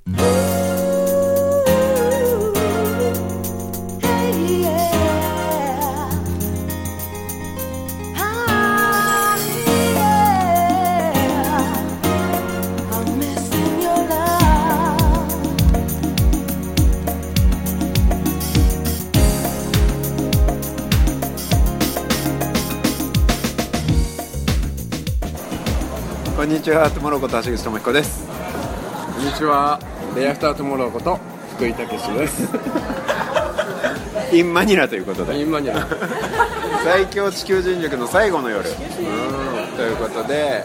こんにちは、トゥモローこと橋口智彦です。 こんにちは、デイアフタートゥモローこと福井武ですインマニラということで、 インマニラ最強地球人力の最後の夜ということで、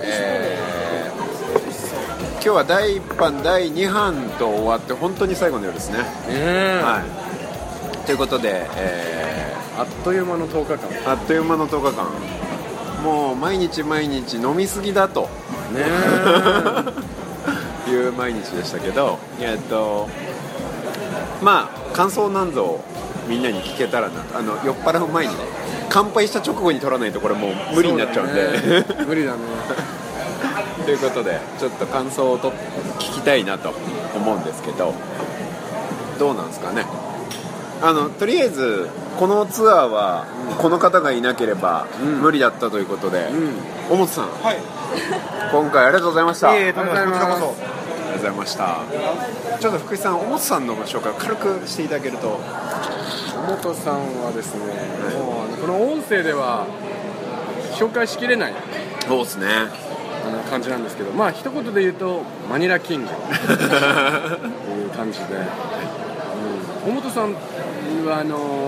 今日は第1版第2版と終わって本当に最後の夜ですね、はい、ということで、 あっという間の10日間あっという間の10日間、もう毎日毎日飲みすぎだとねいう毎日でしたけど、まあ感想なんぞをみんなに聞けたらなと。酔っ払う前にね、乾杯した直後に取らないとこれもう無理になっちゃうんで、 無理だねということでちょっと感想を聞きたいなと思うんですけど、どうなんですかね。とりあえずこのツアーはこの方がいなければ無理だったということで、尾本さん、 はい、 今回ありがとうございました。 いえいえ、とんでもない、こちらこそありがとうございました。ちょっと福井さん、尾本さんのご紹介を軽くしていただけると。 尾本さんはですね、もうこの音声では紹介しきれないそうですね、 感じなんですけど、まあ一言で言うとマニラキングという感じで、尾本さんは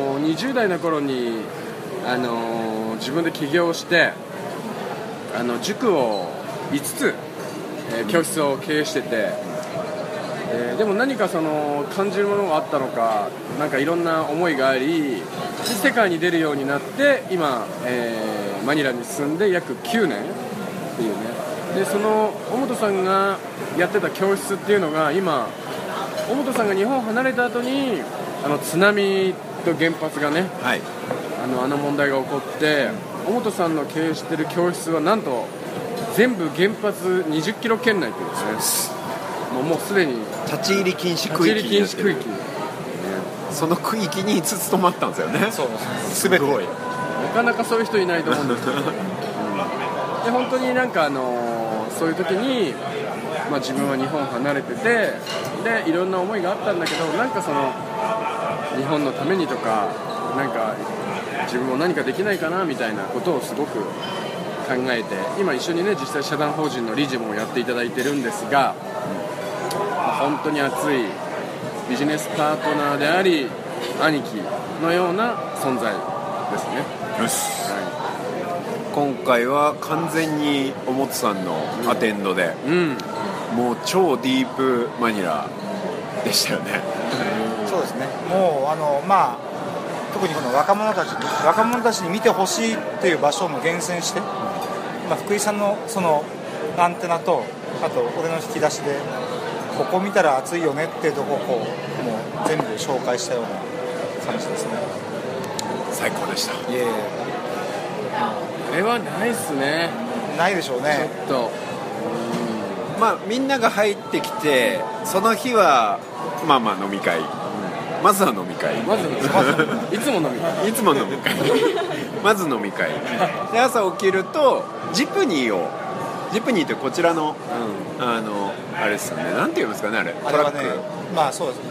20代の頃に自分で起業して塾を5つ、教室を経営してて、でも何か感じるものがあったのか、なんかいろんな思いがあり、世界に出るようになって今、マニラに住んで約9年っていうね。でその尾本さんがやってた教室っていうのが今、尾本さんが日本を離れた後に津波と原発がね、 はい、 問題が起こって、尾本さんの経営している教室はなんと全部原発20キロ圏内というですね、もうすでに立ち入り禁止区域になってる。その区域に5つ泊まったんですよね。 そうすごい、 なかなかそういう人いないと思うんですけど、で本当になんかそういう時に、自分は日本離れてて、でいろんな思いがあったんだけど、なんか日本のためにとか、なんか自分も何かできないかなみたいなことをすごく考えて、今一緒にね、実際社団法人の理事もやっていただいてるんですが、本当に熱いビジネスパートナーであり兄貴のような存在ですね。 よし、今回は完全に尾本さんのアテンドで、もう超ディープマニラでしたよね。 そうですね、もう特にこの若者たちに見てほしいっていう場所も厳選して、福井さんのそのアンテナと、あと俺の引き出しでここ見たら熱いよねっていうところをもう全部紹介したような感じですね。 最高でした。 いえいえ、 これはないっすね。 ないでしょうね。 ちょっとみんなが入ってきて、その日は飲み会、まずは飲み会、 いつも飲み会いつも飲み会まず飲み会で、朝起きるとジプニーってこちらの、あれですよね、なんて言いますかね、あれトラック、 そうです、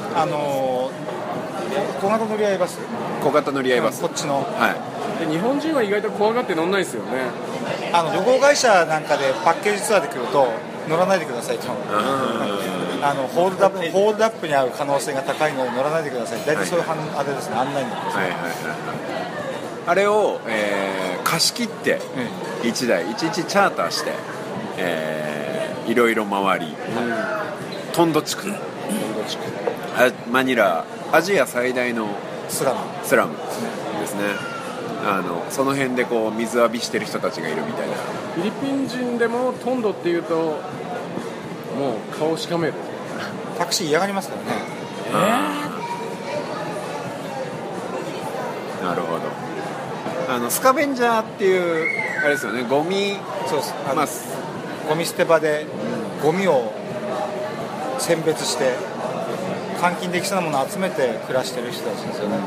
小型乗り合いバス、こっちの、 で日本人は意外と怖がって乗んないですよね。 旅行会社なんかでパッケージツアーで来ると乗らないでくださいと、ホールドアップに遭う可能性が高いので乗らないでください、大体そういうあれですね、案内なんですね。 あれを、貸し切って1台1日チャーターして、いろいろ回り、トンド地区、マニラアジア最大のスラムですね。その辺でこう水浴びしてる人たちがいるみたいな。 フィリピン人でもトンドっていうともう顔をしかめる。 タクシー嫌がりますからね。 なるほど。スカベンジャーっていうあれですよね、ゴミ、 そうです、ゴミ捨て場でゴミを選別して換金できそうなものを集めて暮らしてる人たちですよね。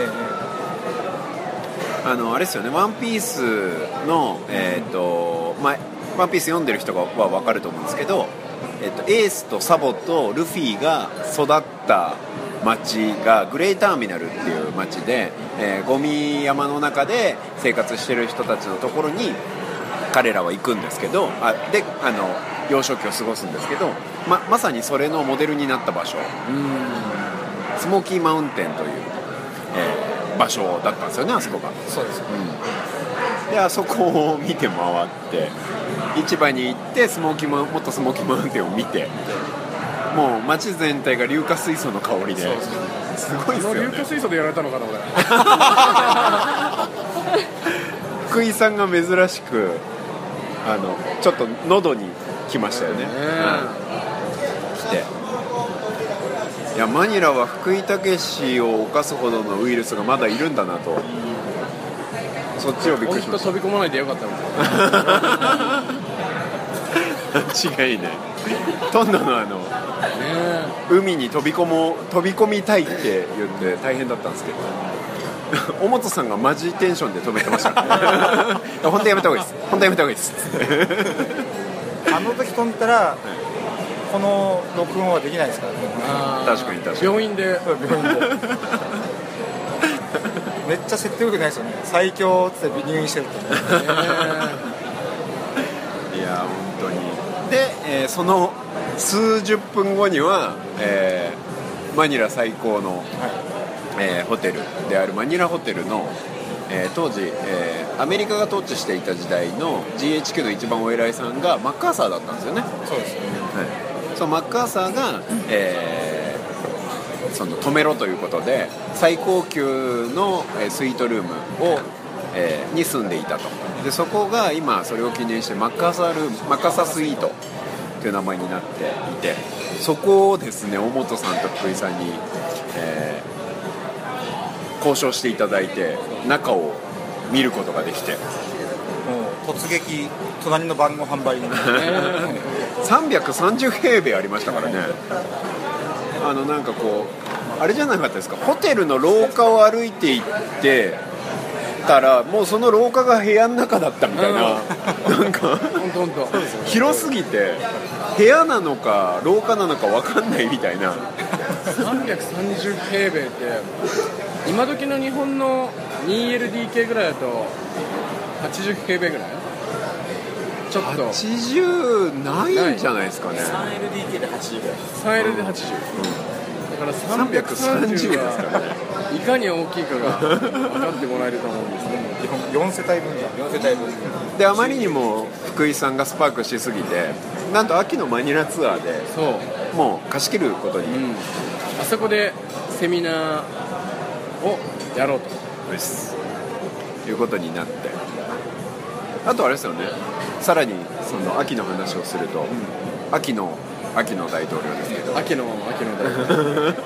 あれですよね、ワンピースの、ワンピース読んでる人は分かると思うんですけど、エースとサボとルフィが育った町がグレーターミナルっていう町で、ゴミ山の中で生活してる人たちのところに彼らは行くんですけど、幼少期を過ごすんですけど、まさにそれのモデルになった場所、スモーキーマウンテンという、場所だったんですよね、あそこが。 そうです、 であそこを見て回って市場に行ってもっとスモーキーマウンテンを見て、もう街全体が硫化水素の香りで、すごいっすよね。 硫化水素でやられたのかな俺福井さんが珍しくちょっと喉に来ましたよね。来て、いやマニラは福井武を犯すほどのウイルスがまだいるんだなと、そっちをびっくりしました。 飛び込まないでよかったの違いない。トンドの海に飛び込みたいって言って大変だったんですけど、尾本さんがマジテンションで止めてましたね。本当やめた方がいいです、本当やめた方がいいですあの時飛んだらこの録音はできないですからね。 確かに病院でめっちゃ説得力ないですよね。最強って入院してると、 いや本当に。で、その数十分後には、マニラ最高の、ホテルであるマニラホテルの、当時、アメリカが統治していた時代の GHQ の一番お偉いさんがマッカーサーだったんですよね。 そうですね、 そのマッカーサーが、その止めろということで最高級のスイートルームを、に住んでいたと。でそこが今それを記念してマッカーサースイートという名前になっていて、そこをですね尾本さんと福井さんに、交渉していただいて中を見ることができて、 もう突撃隣の番号販売に 330平米ありましたからね。なんかこうあれじゃなかったですか、ホテルの廊下を歩いていってたらもうその廊下が部屋の中だったみたいな、なんか本当広すぎて部屋なのか廊下なのか分かんないみたいな。 330平米って今時の日本の 2LDK ぐらいだと80平米ぐらい、ちょっと 80ないんじゃないですかね。 3LDK で80ぐらい、 3L で80、だから330 ですからね。 いかに大きいかが分かってもらえると思うんですね。 4世帯分だ、4世帯分であまりにも福井さんがスパークしすぎて、なんと秋のマニラツアーでそうもう貸し切ることに、 あそこでセミナーをやろうということになって、あとあれですよね、さらにその秋の話をすると、秋の大統領ですけど、 秋の大統領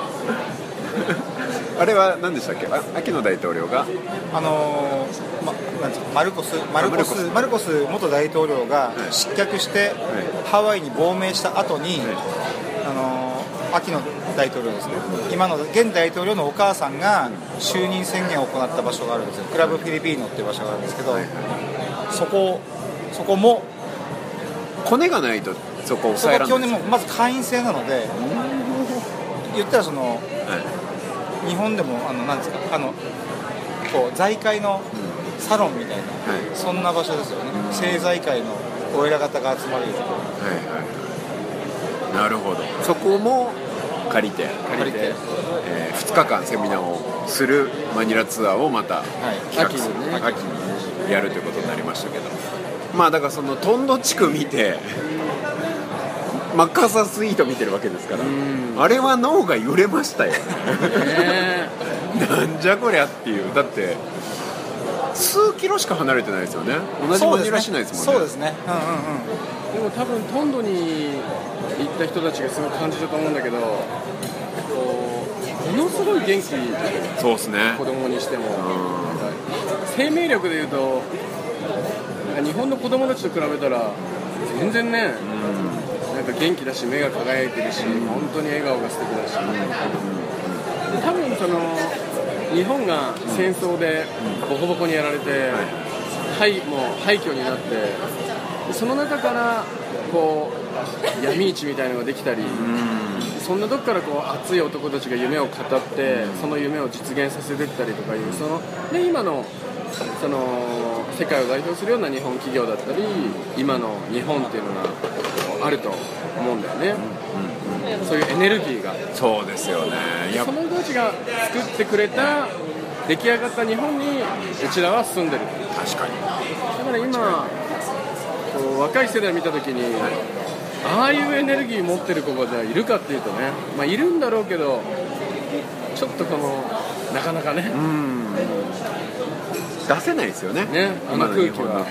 あれは何でしたっけ、秋の大統領がなんていうかマルコス元大統領が失脚してハワイに亡命した後に、秋の大統領ですね、今の現大統領のお母さんが就任宣言を行った場所があるんですよ。クラブフィリピーノっていう場所があるんですけど、そこもコネがないとそこを抑えられない。 そこ基本にもまず会員制なので、言ったらその、日本でもなんですか、こう財界のサロンみたいな、そんな場所ですよね。政財界のお偉方が集まれるところ、 なるほど。そこも借りて、2日間セミナーをするマニラツアーをまた秋にやるということになりましたけど、まあだからそのトンド地区見てマッカーサースイート見てるわけですから、あれは脳が揺れましたよ。なんじゃこりゃっていう。だって数キロしか離れてないですよね。同じマニラ市内ですもんね。 そうですね。 でも多分トンドに行った人たちがすごい感じたと思うんだけど、ものすごい元気。 そうですね。 子供にしても、生命力でいうと日本の子供たちと比べたら全然ね、なんかと元気だし目が輝いてるし、本当に笑顔が素敵だし、多分その日本が戦争でボコボコにやられて、もう廃墟になって、その中からこう闇市みたいなのができたり、そんなとこからこう熱い男たちが夢を語って、その夢を実現させていったりとかいう、そので今のその世界を代表するような日本企業だったり、今の日本っていうのがあると思うんだよね、そういうエネルギーが。 そうですよね。 その人たちが作ってくれた出来上がった日本にうちらは住んでる。 確かに。 だから今こう若い世代を見たときに、ああいうエネルギー持ってる子がじゃあいるかっていうとね、まあ、いるんだろうけど、ちょっとこのなかなかね、 出せないですよね。 あの空気は。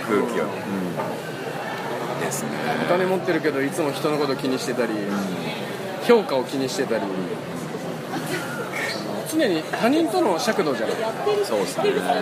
ですね。 お金持ってるけどいつも人のこと気にしてたり、評価を気にしてたり、常に他人との尺度じゃない。 そうですね。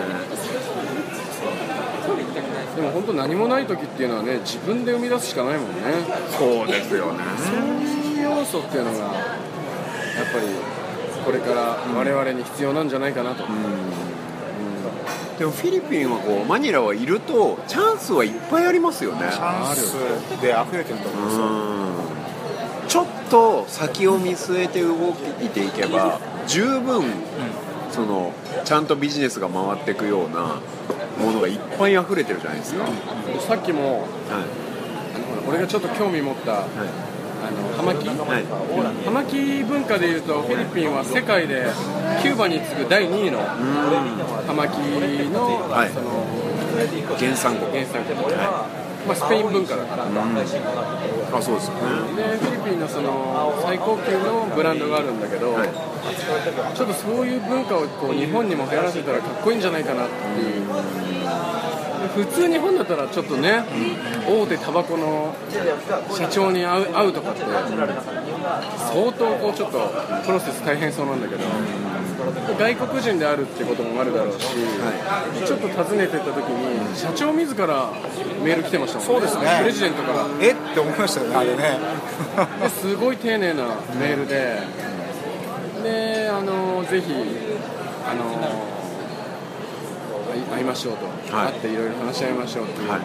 でも本当何もない時っていうのはね、自分で生み出すしかないもんね。 そうですよね。 そういう要素っていうのがやっぱりこれから我々に必要なんじゃないかなと。 でもフィリピンはこうマニラはいるとチャンスはいっぱいありますよね。 チャンスで溢れてると思うんですよ。 ちょっと先を見据えて動いていけば十分、そのちゃんとビジネスが回っていくようなものがいっぱい溢れてるじゃないですか。 さっきも、俺がちょっと興味持った、葉巻、葉巻文化でいうとフィリピンは世界でキューバに次ぐ第2位の葉巻の、その原産国、 まあ、スペイン文化だから、 あ、そうですよね。 でフィリピンのその最高級のブランドがあるんだけど、ちょっとそういう文化をこう日本にも流行らせたらかっこいいんじゃないかなっていう。普通日本だったらちょっとね、大手タバコの社長に会うとかって相当こうちょっとプロセス大変そうなんだけど、外国人であるってこともあるだろうし、ちょっと訪ねてった時に社長自らメール来てましたもんね。 そうですね。 プレジデントからって思いましたよね、あれね。 ですごい丁寧なメールで、ぜひ会いましょうと、会っていろいろ話し合いましょうっていう、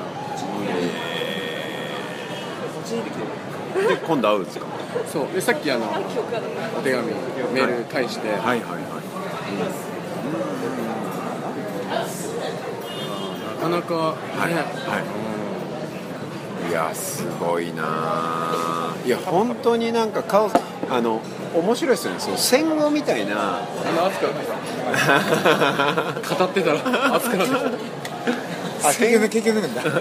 で今度会うんですか。 そうでさっきお手紙メール返して、なかなかね、 いやすごいな。いや本当になんかカオス、面白いですよね。その戦後みたいな。 熱くなってきた。語ってたら熱くなってきた。 経験抜くんだ。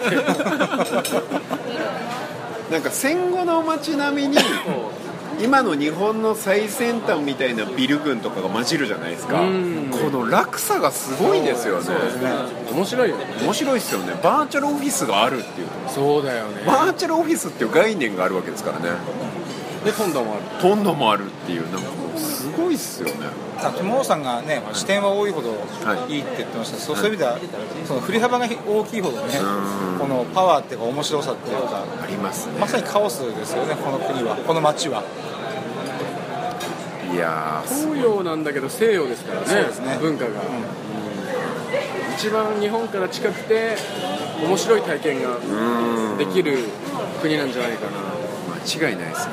なんか戦後の街並みに今の日本の最先端みたいなビル群とかが混じるじゃないですか。この落差がすごいですよね。 そうですね。面白いよね。 面白いですよね。バーチャルオフィスがあるっていう。 そうだよね。 バーチャルオフィスっていう概念があるわけですからね。 でトンドもある。 トンドもあるっていう、なんかもうすごいっすよね。 友さんがね、視点は多いほどいいって言ってました。そういう意味ではその振り幅が大きいほどね、このパワーっていうか面白さっていうかありますね。 まさにカオスですよね、この国は、この街は。 いや東洋なんだけど西洋ですからね。 そうですね。 文化が、一番日本から近くて面白い体験ができる国なんじゃないかな。 間違いないですね。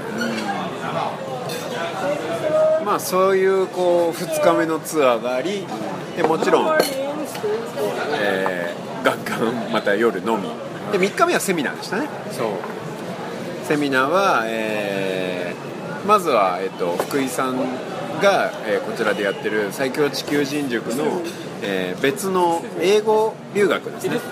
まあそういうこう2日目のツアーがあり、でもちろん、ガンガンまた夜飲みで、3日目はセミナーでしたね。 そうセミナーは、まずは、福井さんが、こちらでやってる最強地球人塾の、別の英語留学ですね。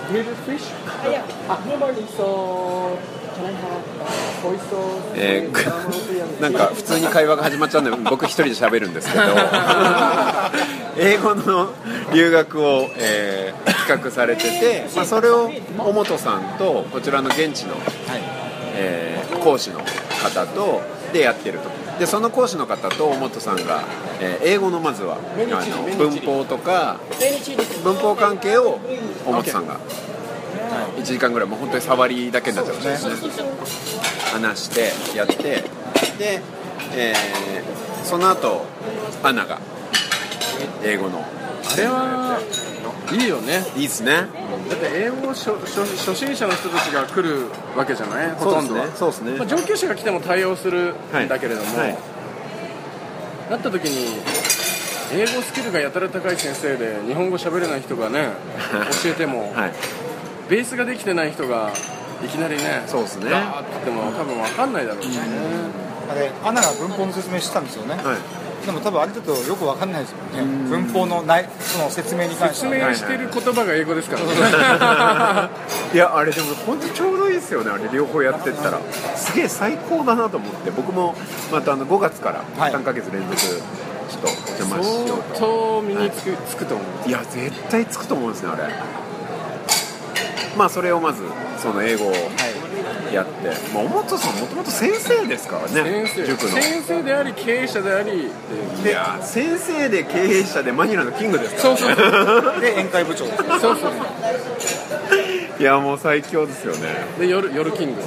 なんか普通に会話が始まっちゃうんで僕一人で喋るんですけど英語の留学を、企画されてて、まあ、それを尾本さんとこちらの現地の、講師の方とでやってると。でその講師の方と尾本さんが、英語のまずは文法とか文法関係を尾本さんが1時間ぐらいもう本当に触りだけになっちゃうんですね。 話してやって、で、その後アナが英語のあれはいいよね。 いいっすね。 だって英語初心者の人たちが来るわけじゃない、ほとんどは。 そうですね。 まあ、上級者が来ても対応するんだけれども、なった時に英語スキルがやたら高い先生で日本語喋れない人がね教えても、ベースができてない人がいきなりね、 そうですね、 ガーって言っても多分分かんないだろうしね。 あれアナが文法の説明してたんですよね、でも多分あれだとよく分かんないですよね、文法のその説明に関しては。 説明してる言葉が英語ですからね。 いやあれでも本当ちょうどいいですよね、あれ両方やってったらすげえ最高だなと思って、僕もまた5月から3ヶ月連続ちょっと邪魔しようと。 相当身につくと思う。 いや絶対つくと思うんですねあれ。まあそれをまずその英語をやって、まあ尾本さんもともと先生ですからね、塾の先生であり経営者であり、 いや先生で経営者でマニラのキングですから、 そうそうで宴会部長です。 そうそう。 いやもう最強ですよね。 で夜キング。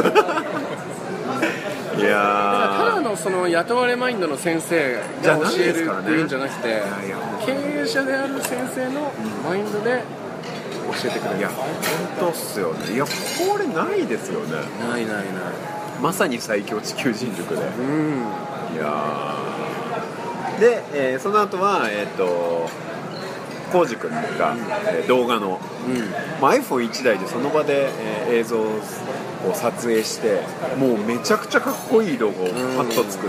いやただのその雇われマインドの先生が教えるっていうんじゃなくて、経営者である先生のマインドで教えてくれる。 いや本当っすよね。いやこれないですよね。 ないまさに最強地球人塾で、いやで、その後はコウジ君が、動画の、まあ、iPhone1 台でその場で、映像を撮影して、もうめちゃくちゃかっこいい動画をパッと作って、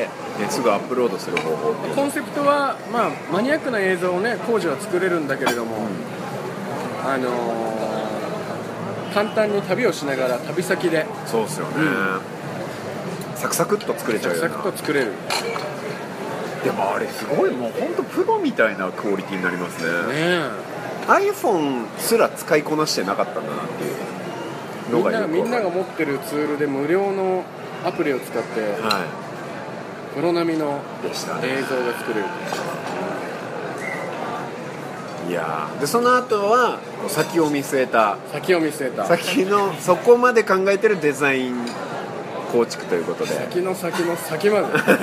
すぐアップロードする方法っていう。 コンセプトは、まあ、マニアックな映像をねコウジは作れるんだけれども、簡単に旅をしながら旅先でそうっすよね、サクサクっと作れちゃうような。 サクサクと作れる。 でもあれすごい、もう本当プロみたいなクオリティになりますね。 ね iPhone すら使いこなしてなかったんだなっていうのがよくみんなが持ってるツールで無料のアプリを使って、プロ並みの映像が作れる。 いやでその後は先を見据えた先のそこまで考えてるデザイン構築ということで、 先の先まで考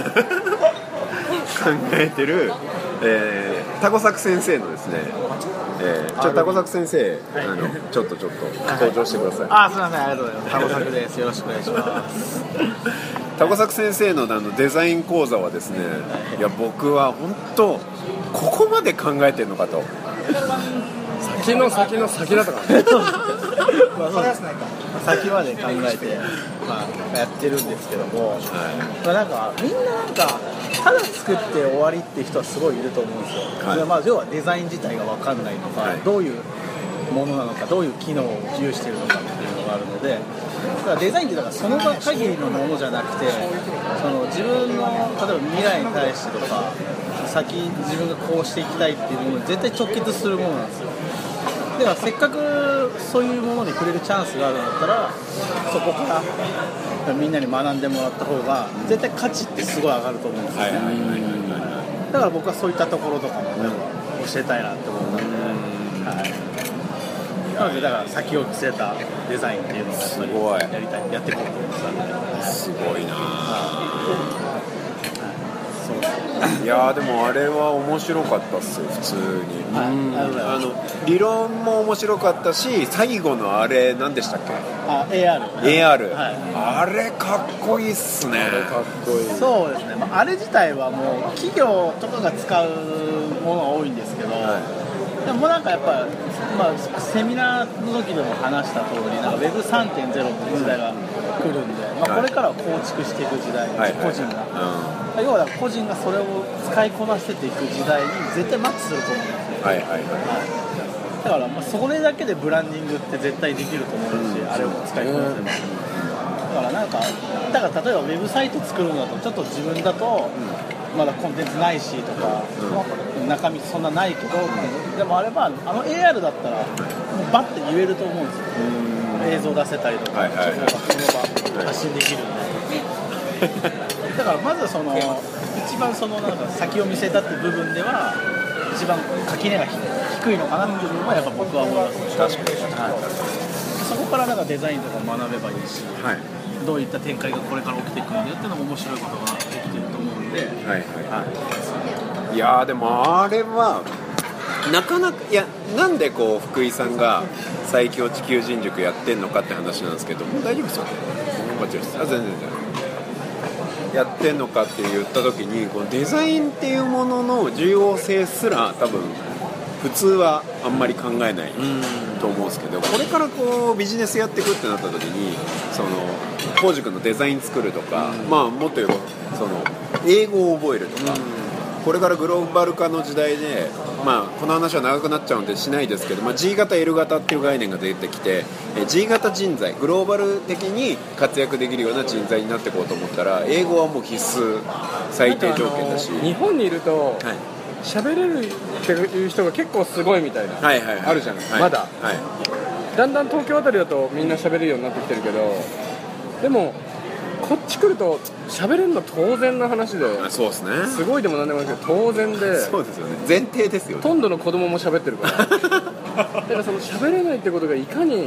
えてる、タコ作先生のですね、タコ作先生、ちょっと登場してください。 あ、すみません、ありがとうございます。タコ作です。よろしくお願いします。 タコ作先生のデザイン講座はですね、いや僕は本当ここまで考えてるのかと。 先の先だったからね。 先まで考えて、やってるんですけども、なんかみんなただ作って終わりって人はすごいいると思うんですよ。要はデザイン自体が分かんないのか、どういうものなのか、どういう機能を有しているのかっていうのがあるので、だからデザインってその場限りのものじゃなくて、その自分の例えば未来に対してとか、先自分がこうしていきたいっていうものに絶対直結するものなんですよ。だからせっかくそういうものに触れるチャンスがあるんだったら、そこからみんなに学んでもらった方が絶対価値ってすごい上がると思うんですよね。だから僕はそういったところとかも教えたいなって思ったので、なのでだから先を見据えたデザインっていうのをやっていこうと思ってたんで。 すごいな。いやでもあれは面白かったっすよ普通に。理論も面白かったし、最後のあれ何でしたっけ？AR、あれかっこいいっすね。 そうですね、あれ自体はもう企業とかが使うものが多いんですけど、でもなんかやっぱ、セミナーの時でも話した通り、Web3.0 っていう時代が来るんで、これからは構築していく時代、個人が、要は個人がそれを使いこなせていく時代に絶対マッチすると思うんですよ。だからそれだけでブランディングって絶対できると思うし、あれを使いこなせば、だから例えばウェブサイト作るのだとちょっと自分だとまだコンテンツないしとか、中身そんなないけど、でもあればAR だったらもうバッて言えると思うんですよ。映像出せたりとか、情報がその場発信できるんで。だからまず一番先を見せたっていう部分では一番垣根が低いのかなっていうのはやっぱ僕は思います。確かに、そこからデザインとか学べばいいし、 どういった展開がこれから起きていくんだよっていうのも面白いことが起きてると思うんで、 いやでもあれはなかなか、いやなんでこう福井さんが最強地球人塾やってんのかって話なんですけど、もう大丈夫ですよね、こっちです。全然やってんのかって言った時に、このデザインっていうものの重要性すら多分普通はあんまり考えないと思うんですけど、これからこうビジネスやっていくってなった時に、その浩司君のデザイン作るとか、まあもっと言えばその英語を覚えるとか、これからグローバル化の時代で、まあ、この話は長くなっちゃうんでしないですけど、まあ、G 型 L 型っていう概念が出てきて、G 型人材、グローバル的に活躍できるような人材になっていこうと思ったら、英語はもう必須最低条件だし、 日本にいると喋れるっていう人が結構すごいみたいな、あるじゃない、まだ、だんだん東京あたりだとみんな喋れるようになってきてるけど、でもこっち来ると喋れるの当然な話で、 そうですね、 すごいでもなんでもないけど当然で、 そうですよね、前提ですよね。 ほとんどの子供も喋ってるからだからその喋れないってことがいかに、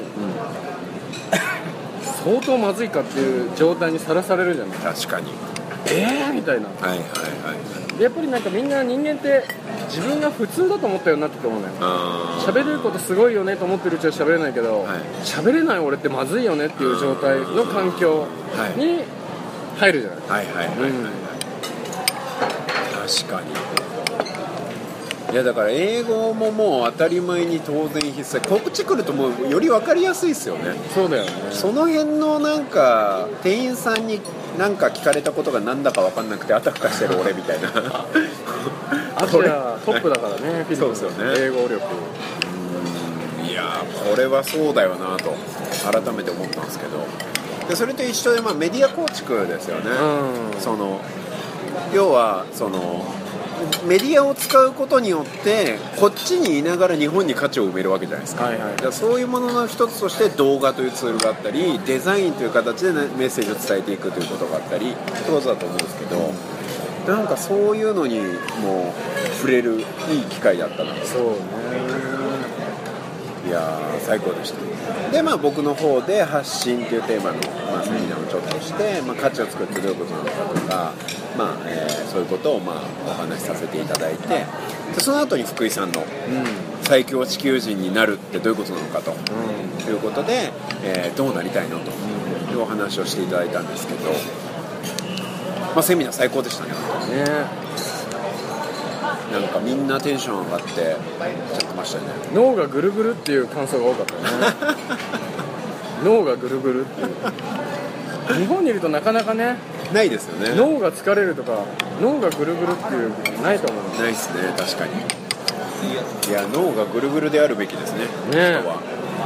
相当まずいかっていう状態にさらされるじゃない。 確かにみたいな、でやっぱりなんかみんな人間って自分が普通だと思ったようになってくるもんね。喋れることすごいよねと思ってるうちは喋れないけど、喋れない俺ってまずいよねっていう状態の環境に入るじゃない。 確かに。いやだから英語ももう当たり前に当然必須、こっち来るともうより分かりやすいですよね。 そうだよね。 その辺のなんか店員さんに何か聞かれたことが何だか分かんなくてあたふたしてる俺みたいなアジアトップだからね、フィリピン。 そうですよね、 英語力。 いやこれはそうだよなと改めて思ったんですけど、でそれと一緒で、まあ、メディア構築ですよね。その要はそのメディアを使うことによってこっちにいながら日本に価値を埋めるわけじゃないですか。だからそういうものの一つとして動画というツールがあったり、デザインという形で、ね、メッセージを伝えていくということがあったりってことだと思うんですけど、なんかそういうのにも触れるいい機会だったな。 そうね。 いや最高でした。でまあ僕の方で発信というテーマの、まあ、セミナーをちょっとして、まあ、価値を作ってどういうことなのかとか、まあそういうことを、まあ、お話しさせていただいて、でその後に福井さんの最強地球人になるってどういうことなのかと、いうことで、どうなりたいのというお話をしていただいたんですけど、まあ、セミナー最高でしたね。なんかみんなテンション上がってやってましたね。 脳がぐるぐるっていう感想が多かったね脳がぐるぐるっていう日本にいるとなかなかねないですよね。 脳が疲れるとか脳がぐるぐるっていうないと思う。 ないですね、確かに。いや脳がぐるぐるであるべきですね、人は。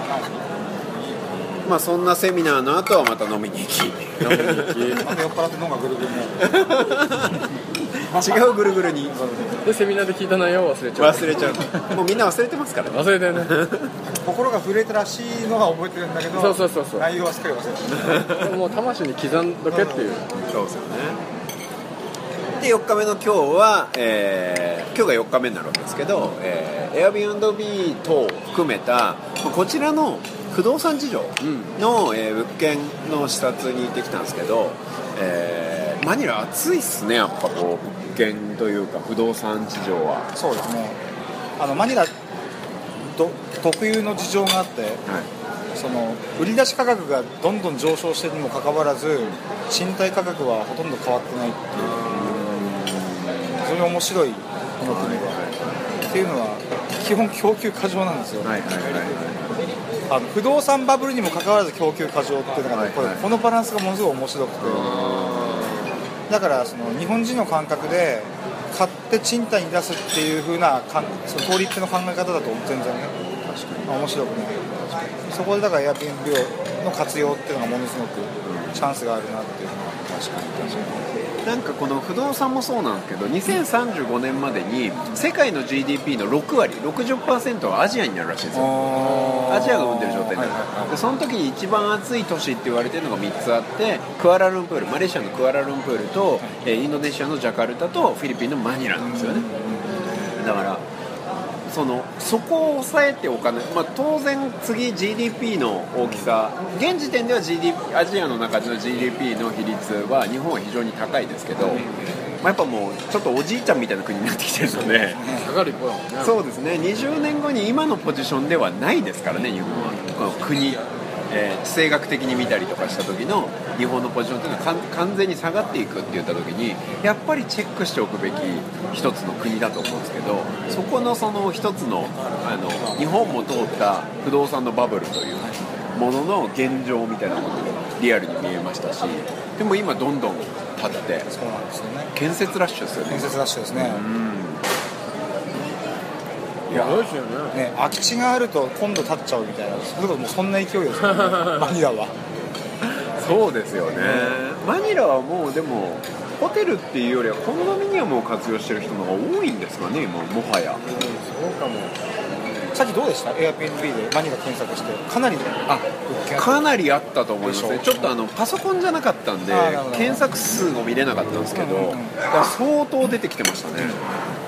まあそんなセミナーの後はまた飲みに行きなんで酔っ払って脳がぐるぐる違うぐるぐるにでセミナーで聞いた内容を忘れちゃうもうみんな忘れてますからね。 忘れてるね心が震えたらしいのは覚えてるんだけど、 そう内容はすっかり忘れてるもう魂に刻んどけっていうそうですよね。で4日目の今日は、今日が4日目になるわけですけど、Airbnb 等を含めたこちらの不動産事情の、物件の視察に行ってきたんですけど、マニラ暑いっすね、やっぱこう物件というか不動産事情は。 そうですね。マニラ特有の事情があって、その売り出し価格がどんどん上昇しているにもかかわらず賃貸価格はほとんど変わってないっていう非常に面白いこの国は、っていうのは基本供給過剰なんですよ。不動産バブルにもかかわらず供給過剰っていうのが、このバランスがものすごい面白くて、だからその日本人の感覚で買って賃貸に出すっていう風なその通り一の考え方だと全然ね面白くない。そこでだから Airbnb の活用っていうのがものすごくチャンスがあるなっていうのは確かになんかこの不動産もそうなんですけど、2035年までに世界の GDP の6割 60% はアジアになるらしいんですよ。アジアが生んでる状態になる、でその時に一番暑い都市って言われてるのが3つあって、クアラルンプール、マレーシアのクアラルンプールと、インドネシアのジャカルタとフィリピンのマニラなんですよね。だからそこを抑えておかない、当然次 GDP の大きさ、現時点では、アジアの中での GDP の比率は日本は非常に高いですけど、やっぱもうちょっとおじいちゃんみたいな国になってきてるので、 下がる一方だもんね。 そうですね、20年後に今のポジションではないですからね、日本は。この国、地政学的に見たりとかした時の日本のポジションというのは完全に下がっていくって言った時に、やっぱりチェックしておくべき一つの国だと思うんですけど、そこのその一つの、日本も通った不動産のバブルというものの現状みたいなものがリアルに見えましたし、でも今どんどん立って、 そうなんですよね。 建設ラッシュですよね。 建設ラッシュですね。 いや、そうですよね。 ね、空き地があると今度建っちゃうみたいな、もうそんな勢いですよねマニラは。 そうですよね、マニラはもうでもホテルっていうよりはコンドミニアムを活用してる人の方が多いんですかね、今もはや。 そうかも。 さっきどうでした Airbnb でマニラ検索して、かなりかなりあったと思いますね。 でしょちょっとパソコンじゃなかったんでなるほど検索数を見れなかったんですけど、だから相当出てきてましたね、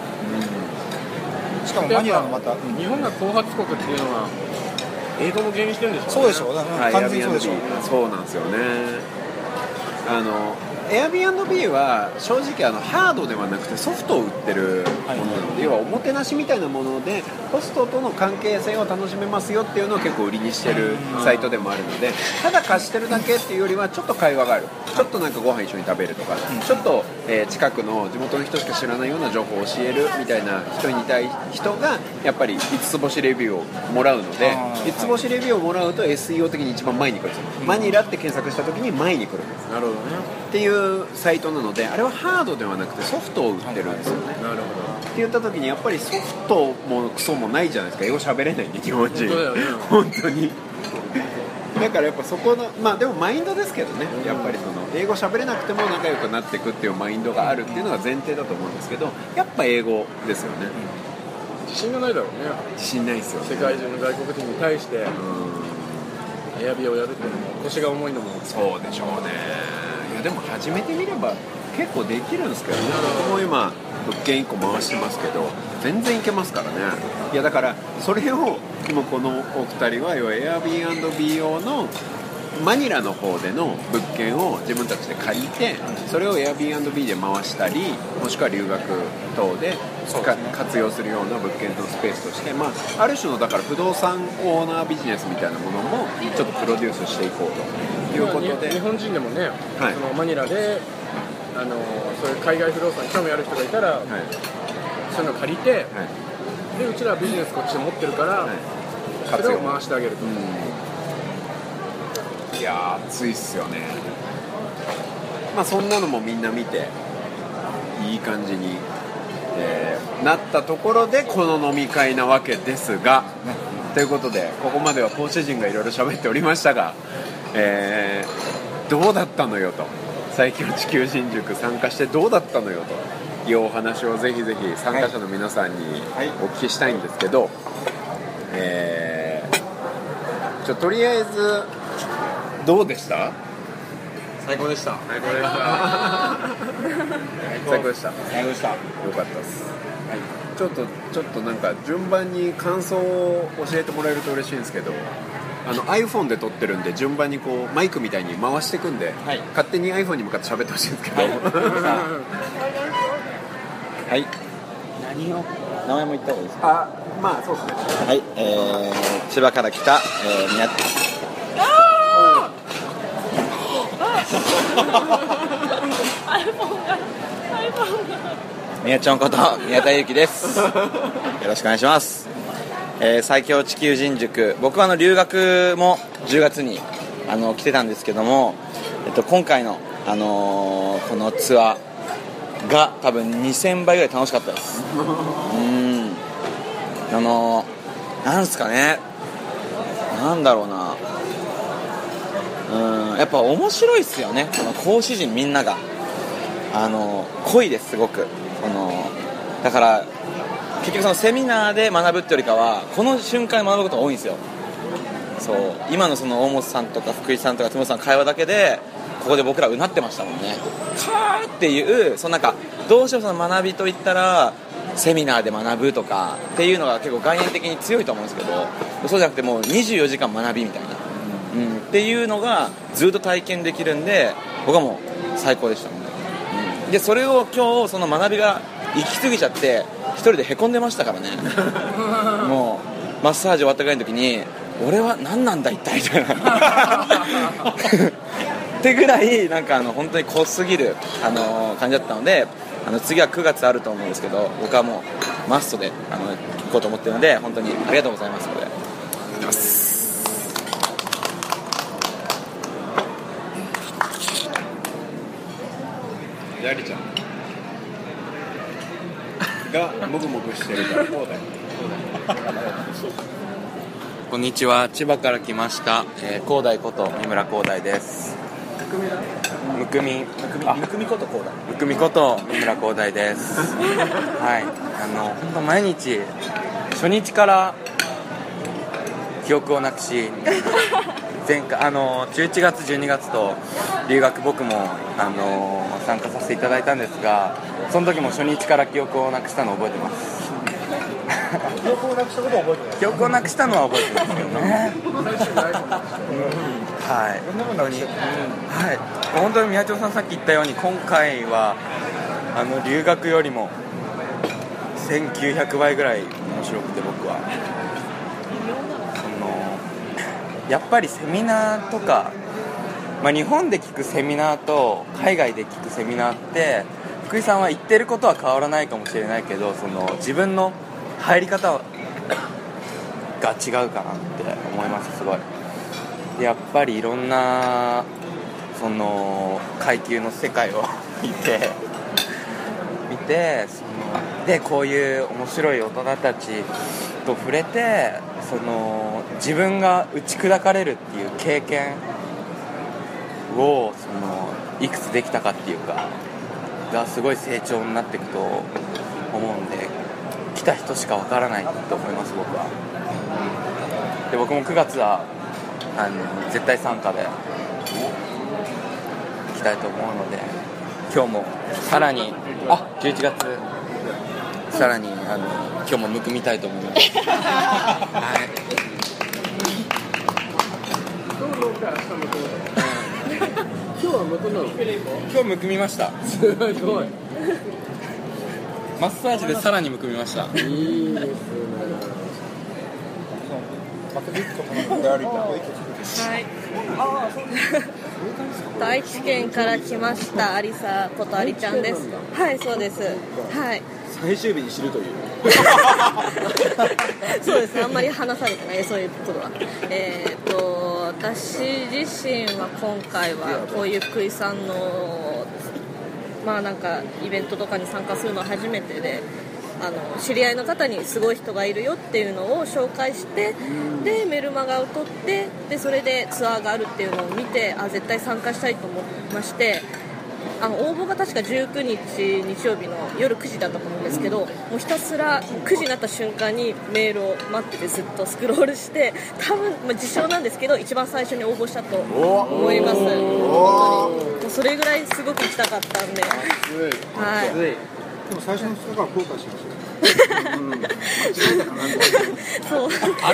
しかもマニラのまた、 日本が後発国っていうのは英語も原因してるんでしょうね。 そうでしょう、完全にそうでしょう。 そうなんですよね。Airbnb は正直ハードではなくてソフトを売ってるものなので、要はおもてなしみたいなものでホストとの関係性を楽しめますよっていうのを結構売りにしてるサイトでもあるので、ただ貸してるだけっていうよりはちょっと会話がある、ちょっとなんかご飯一緒に食べるとか、ちょっと近くの地元の人しか知らないような情報を教えるみたいな人がやっぱり5つ星レビューをもらうので、5つ星レビューをもらうと SEO 的に一番前に来るんですよ。マニラって検索した時に前に来るんです。 なるほどね。 っていうサイトなので、あれはハードではなくてソフトを売ってるんですよね。 なるほど。 って言った時にやっぱりソフトもクソもないじゃないですか。英語喋れないんで日本人。 本当だよね。 本当に。だからやっぱそこのでもマインドですけどね。やっぱり英語喋れなくても仲良くなっていくっていうマインドがあるっていうのが前提だと思うんですけど、やっぱ英語ですよね。 自信がないだろうね。 自信ないですよね。 世界中の外国人に対してエアビーをやるっていうのも腰が重いのも。 そうでしょうね。いやでも始めてみれば結構できるんですけどね。僕も今物件1個回してますけど全然いけますからね。いやだからそれを今このお二人は要は Airbnb 用のマニラの方での物件を自分たちで借りて、それを Airbnb で回したり、もしくは留学等で活用するような物件とスペースとして、ある種のだから不動産オーナービジネスみたいなものもちょっとプロデュースしていこうということで、 日本人でもね、 はい、 そのマニラでそういう海外不動産に興味ある人がいたら、はい、そういうのを借りて、はい、でうちらはビジネスこっちで持ってるから、はい、それを回してあげると。 いやー熱いっすよね。そんなのもみんな見ていい感じに、なったところでこの飲み会なわけですが、ということでここまでは講師陣がいろいろ喋っておりましたが、どうだったのよと、最強地球新宿参加してどうだったのよというお話をぜひぜひ参加者の皆さんにお聞きしたいんですけど、とりあえずどうでした？ 最高でした。 最高でした。最高でした。 最高でした。 よかったです。はい。ちょっとなんか順番に感想を教えてもらえると嬉しいんですけど、iPhone で撮ってるんで順番にこうマイクみたいに回していくんで、はい、勝手に iPhone に向かって喋ってほしいんですけど。はい。 何を名前も言った方がいいですか？ そうですね。 はい。千葉から来た、宮宮ちゃんこと宮田裕貴です。よろしくお願いします。最強地球新宿、僕は留学も10月に来てたんですけども、今回の、このツアーが多分2000倍ぐらい楽しかったです。なんすかね、なんだろうな、やっぱ面白いっすよね、この講師陣みんなが濃いです、すごく。だから結局そのセミナーで学ぶってよりかはこの瞬間に学ぶことが多いんですよ。そう、今のその大本さんとか福井さんとかつもさんの会話だけでここで僕らうなってましたもんね。カーっていう、そのなんかどうしてもその学びといったらセミナーで学ぶとかっていうのが結構概念的に強いと思うんですけど、そうじゃなくてもう24時間学びみたいな、っていうのがずっと体験できるんで、僕はもう最高でした、でそれを今日その学びが行き過ぎちゃって一人でへこんでましたからねもうマッサージ終わったぐらいの時に俺は何なんだ一体みたいなってぐらいなんか本当に濃すぎる感じだったので、次は9月あると思うんですけど、僕はもうマストで行こうと思ってるので、本当にありがとうございます。これやりちゃんがもぐもぐしてるからこうだよ。 こんにちは、千葉から来ました、広大こと三村広大です。むくみこと広大、むくみこと三村広大ですはい、本当毎日初日から記憶をなくし前回11月12月と留学僕も参加させていただいたんですが、その時も初日から記憶をなくしたのを覚えてます記憶をなくしたことは覚えてない。 記憶をなくしたのは覚えてますけどねはい、本当に宮町さんさっき言ったように、今回は留学よりも1900倍ぐらい面白くて、僕はやっぱりセミナーとか、日本で聞くセミナーと海外で聞くセミナーって、福井さんは言ってることは変わらないかもしれないけど、自分の入り方が違うかなって思います。すごいで、やっぱりいろんな階級の世界を見てでこういう面白い大人たちと触れて、自分が打ち砕かれるっていう経験をいくつできたかっていうかがすごい成長になっていくと思うんで、来た人しかわからないと思います、僕は。で、僕も9月は絶対参加で行きたいと思うので、今日もさらに11月さらに今日もむくみたいと思いますはい今日はむくの？ 今日むくみました。 すごいマッサージでさらにむくみました。 いいですね。 はい。愛知県から来ましたアリサことアリちゃんです。はい、そうです。はい。 最終日に知るという。 そうですね。あんまり話されてないそういうことは。私自身は今回はこういう福井さんのなんかイベントとかに参加するのは初めてで。知り合いの方にすごい人がいるよっていうのを紹介して、でメルマガを取って、でそれでツアーがあるっていうのを見て、絶対参加したいと思いまして、応募が確か19日日曜日の夜9時だったと思うんですけど、もうひたすら9時になった瞬間にメールを待っててずっとスクロールして、多分、自称なんですけど一番最初に応募したと思います。本当にもうそれぐらいすごく行きたかったんで、はい。 でも最初の2日から後悔しました。 そう。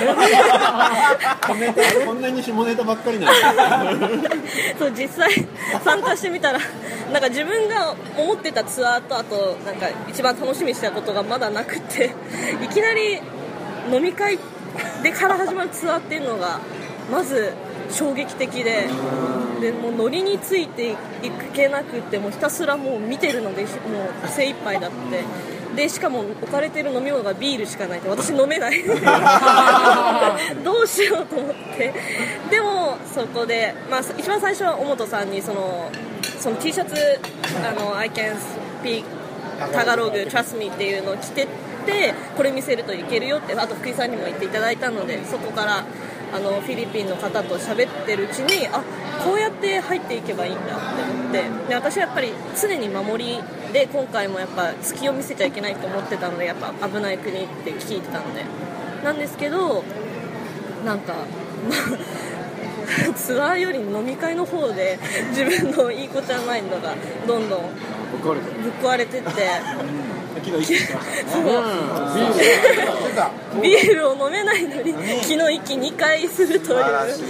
こんなに下ネタばっかりなんだ。 そう、実際参加してみたら、なんか自分が思ってたツアーと、あとなんか一番楽しみにしたことがまだなくて、いきなり飲み会でから始まるツアーっていうのがまず衝撃的で、もうノリについていけなくて、もうひたすらもう見てるのでもう精一杯だって。でしかも置かれてる飲み物がビールしかないって、私飲めないどうしようと思って、でもそこで、一番最初は尾本さんにその T シャツI can speak Tagalog trust me っていうのを着てって、これ見せるといけるよって、あと福井さんにも言っていただいたので、そこからフィリピンの方と喋ってるうちに、こうやって入っていけばいいんだって思って、で私はやっぱり常に守りで、今回もやっぱ隙を見せちゃいけないと思ってたので、やっぱ危ない国って聞いてたのでなんですけど、なんかツアーより飲み会の方で自分のいい子ちゃんマインドがどんどんぶっ壊れてってビールを飲めないのに昨日息2回するという。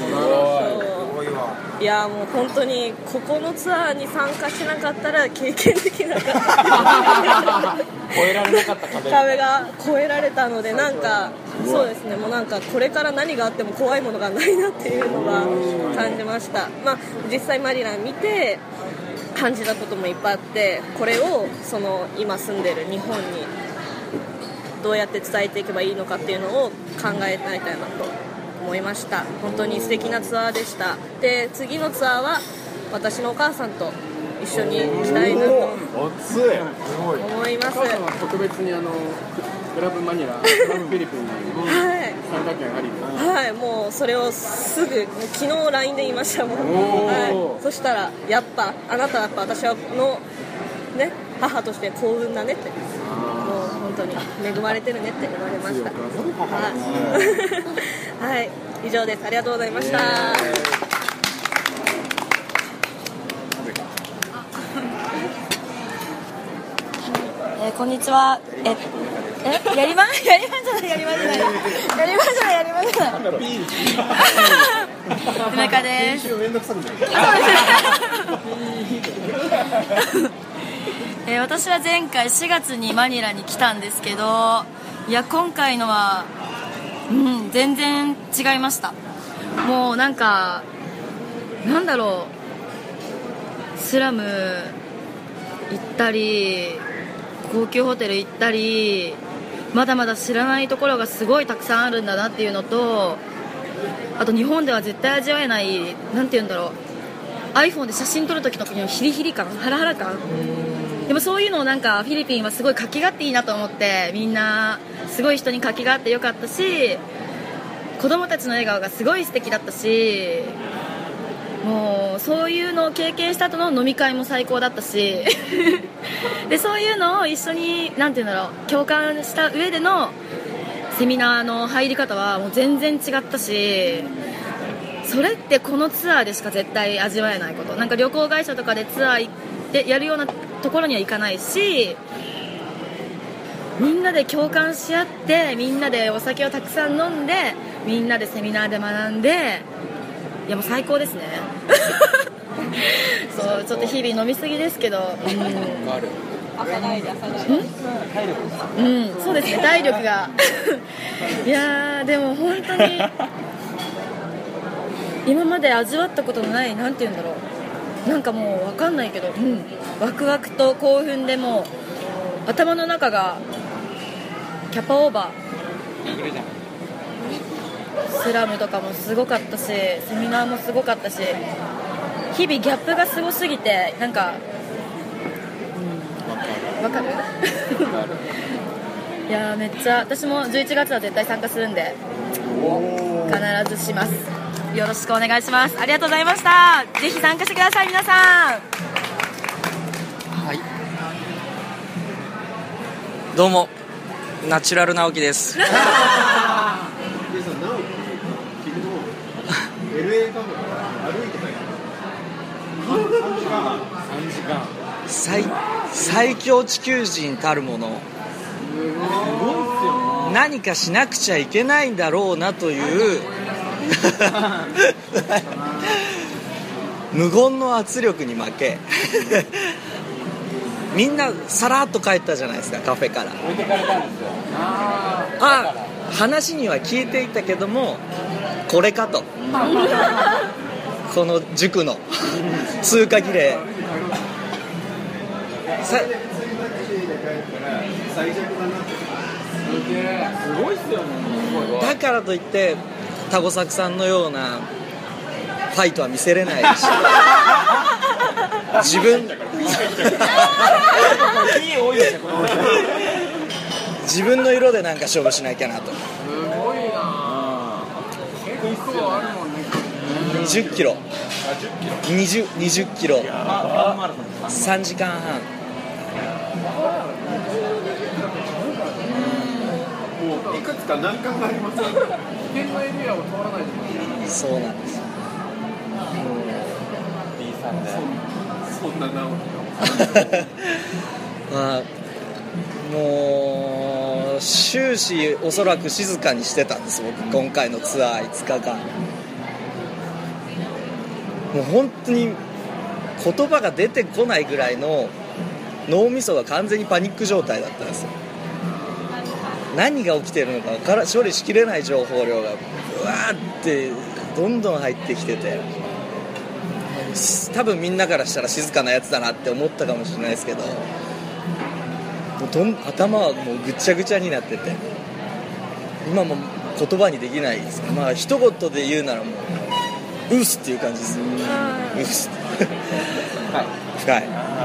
いやもう本当にここのツアーに参加しなかったら経験できなかった超えられなかった壁が越えられたので、なんかそうですね、もうなんかこれから何があっても怖いものがないなっていうのが感じました。まあ実際マリラン見て感じたこともいっぱいあって、これをその今住んでる日本にどうやって伝えていけばいいのかっていうのを考えたいなと思いました。本当に素敵なツアーでした。で次のツアーは私のお母さんと一緒に行きたいなと思います。 特別にクラブマニラ、クラブフィリピンに参加券ありで、 はい、もうそれをすぐ昨日 LINE で言いましたもん、はい、そしたらやっぱあなたはやっぱ私の、ね、母として幸運だねって、もう本当に恵まれてるねって言われました。はい、はい、以上です。ありがとうございました。 こんにちは。やりまんじゃない田中です。私は前回4月にマニラに来たんですけど、いや今回のは、全然違いました。もうなんかなんだろう、スラム行ったり高級ホテル行ったり、まだまだ知らないところがすごいたくさんあるんだなっていうのと、あと日本では絶対味わえない、なんていうんだろう、 iPhone で写真撮る時のヒリヒリ感、ハラハラ感、でもそういうのをなんかフィリピンはすごい活気があっていいなと思って、みんなすごい人に活気があってよかったし、子供たちの笑顔がすごい素敵だったし、もうそういうのを経験した後の飲み会も最高だったしでそういうのを一緒になんていうんだろう、共感した上でのセミナーの入り方はもう全然違ったし、それってこのツアーでしか絶対味わえないこと。なんか旅行会社とかでツアー行ってやるようなところには行かないし、みんなで共感し合って、みんなでお酒をたくさん飲んで、みんなでセミナーで学んで、いやもう最高ですねそう、ちょっと日々飲みすぎですけど、そうですね、体力がいやーでも本当に今まで味わったことのない、なんて言うんだろう、なんかもう分かんないけど、ワクワクと興奮でもう頭の中がキャパオーバー、スラムとかもすごかったし、セミナーもすごかったし、日々ギャップがすごすぎて、なんかわかるいやめっちゃ、私も11月は絶対参加するんで必ずします。よろしくお願いします。ありがとうございました。ぜひ参加してください皆さん。 はい、どうもナチュラル直樹です最強地球人たるもの、何かしなくちゃいけないんだろうなという無言の圧力に負けみんなさらっと帰ったじゃないですか、カフェから。話には聞いていたけども、これかとこの塾の通過儀礼だからといってタゴサクさんのようなファイトは見せれないし自分の色でなんか勝負しなきゃなと。すごいな、結構あるもんね。20キロ20キロ3時間半、 もういくつか難関がありますから危険なエリアを通らないと。 そうなんですよ。 そんな直樹まあもう終始おそらく静かにしてたんです僕今回のツアー5日間もう本当に言葉が出てこないぐらいの脳みそが完全にパニック状態だったんですよ何が起きているのか処理しきれない情報量がうわーってどんどん入ってきてて多分みんなからしたら静かなやつだなって思ったかもしれないですけどもう頭はもうぐちゃぐちゃになってて今も言葉にできないですねまあ一言で言うならもうウスっていう感じですウス深いだ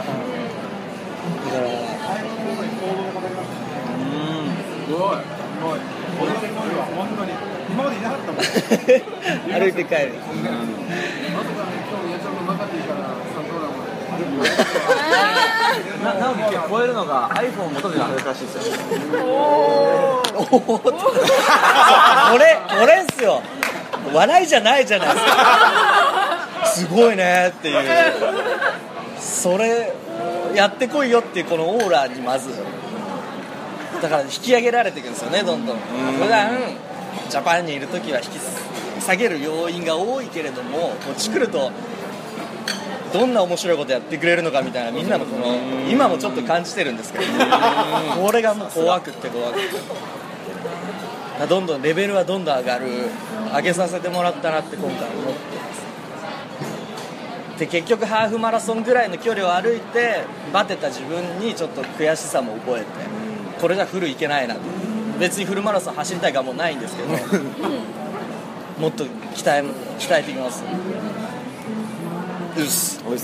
から今までいなかったもん歩いて帰る直樹超えるのが iPhone 元であるらしいですよこれっすよ笑いじゃないじゃないですかすごいねっていうそれやってこいよっていうこのオーラにまずだから引き上げられていくんですよねどんどん普段ジャパンにいるときは引き下げる要因が多いけれどもこっち来るとどんな面白いことやってくれるのかみたいなみんなのこの今もちょっと感じてるんですけどこれがもう怖くってどんどんレベルはどんどん上げさせてもらったなって今回思ってますで結局ハーフマラソンぐらいの距離を歩いてバテた自分にちょっと悔しさも覚えてこれじゃフルいけないなと別にフルマラソン走りたいからもうないんですけどもっと鍛えていきますうっすこの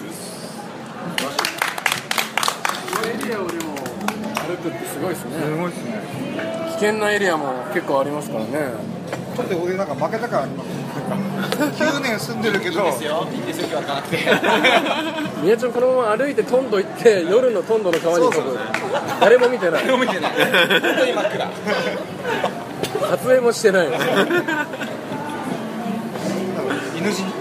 エリアをでも歩くってすごいですねすごいですね危険なエリアも結構ありますからねちょっと俺なんか負けたから9年住んでるけどいいですよ今日はかなくて宮ちゃんこのまま歩いてトンド行って夜のトンドの川に行く誰も見てない本当に真っ暗撮影もしてない犬死に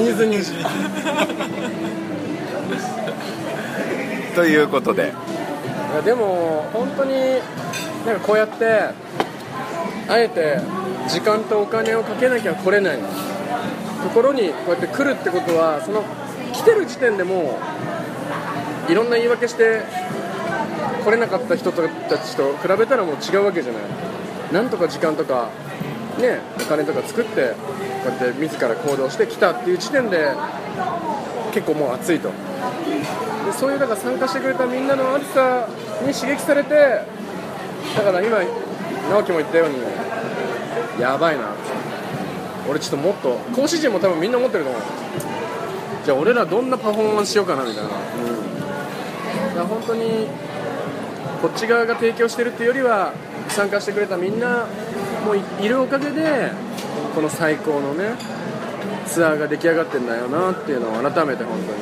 ということででも本当になんかこうやってあえて時間とお金をかけなきゃ来れないところにこうやって来るってことはその来てる時点でもういろんな言い訳して来れなかった人たちと比べたらもう違うわけじゃないなんとか時間とかねお金とか作ってこうやって自ら行動してきたっていう時点で結構もう熱いとでそういうだから参加してくれたみんなの熱さに刺激されてだから今直樹も言ったようにやばいな俺ちょっともっと講師陣も多分みんな思ってると思うじゃあ俺らどんなパフォーマンスしようかなみたいな、だから本当にこっち側が提供してるっていうよりは参加してくれたみんなもいるおかげでこの最高のねツアーが出来上がってんだよなっていうのを改めて本当に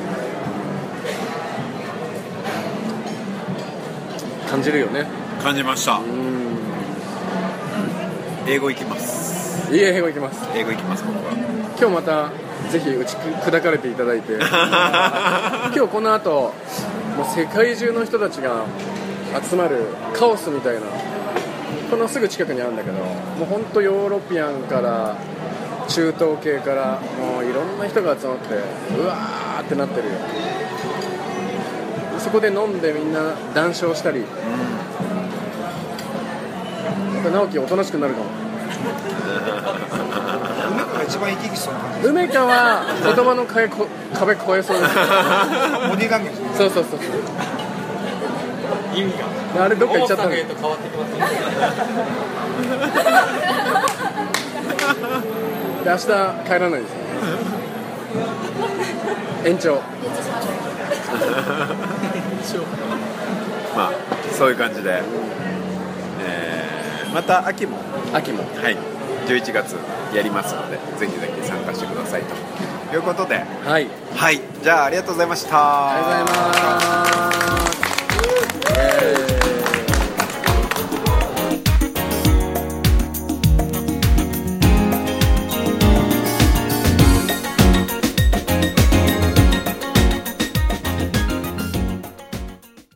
感じるよね感じました英語行きます英語行きます僕は今日またぜひ打ち砕かれていただいて今日この後もう世界中の人たちが集まるカオスみたいなこのすぐ近くにあるんだけどもう本当ヨーロピアンから中東系からもういろんな人が集まってうわーってなってるよそこで飲んでみんな談笑したり、直樹おとなしくなるかも梅子が一番生き生きしそうな感じ梅香は言葉の壁越えそうですボディーランゲージそう意味があれどっか行っちゃったの変わってきますねで明日帰らないです延長まあそういう感じで、また秋もはい 11月やりますのでぜひぜひ参加してくださいということではいじゃあありがとうございましたありがとうございます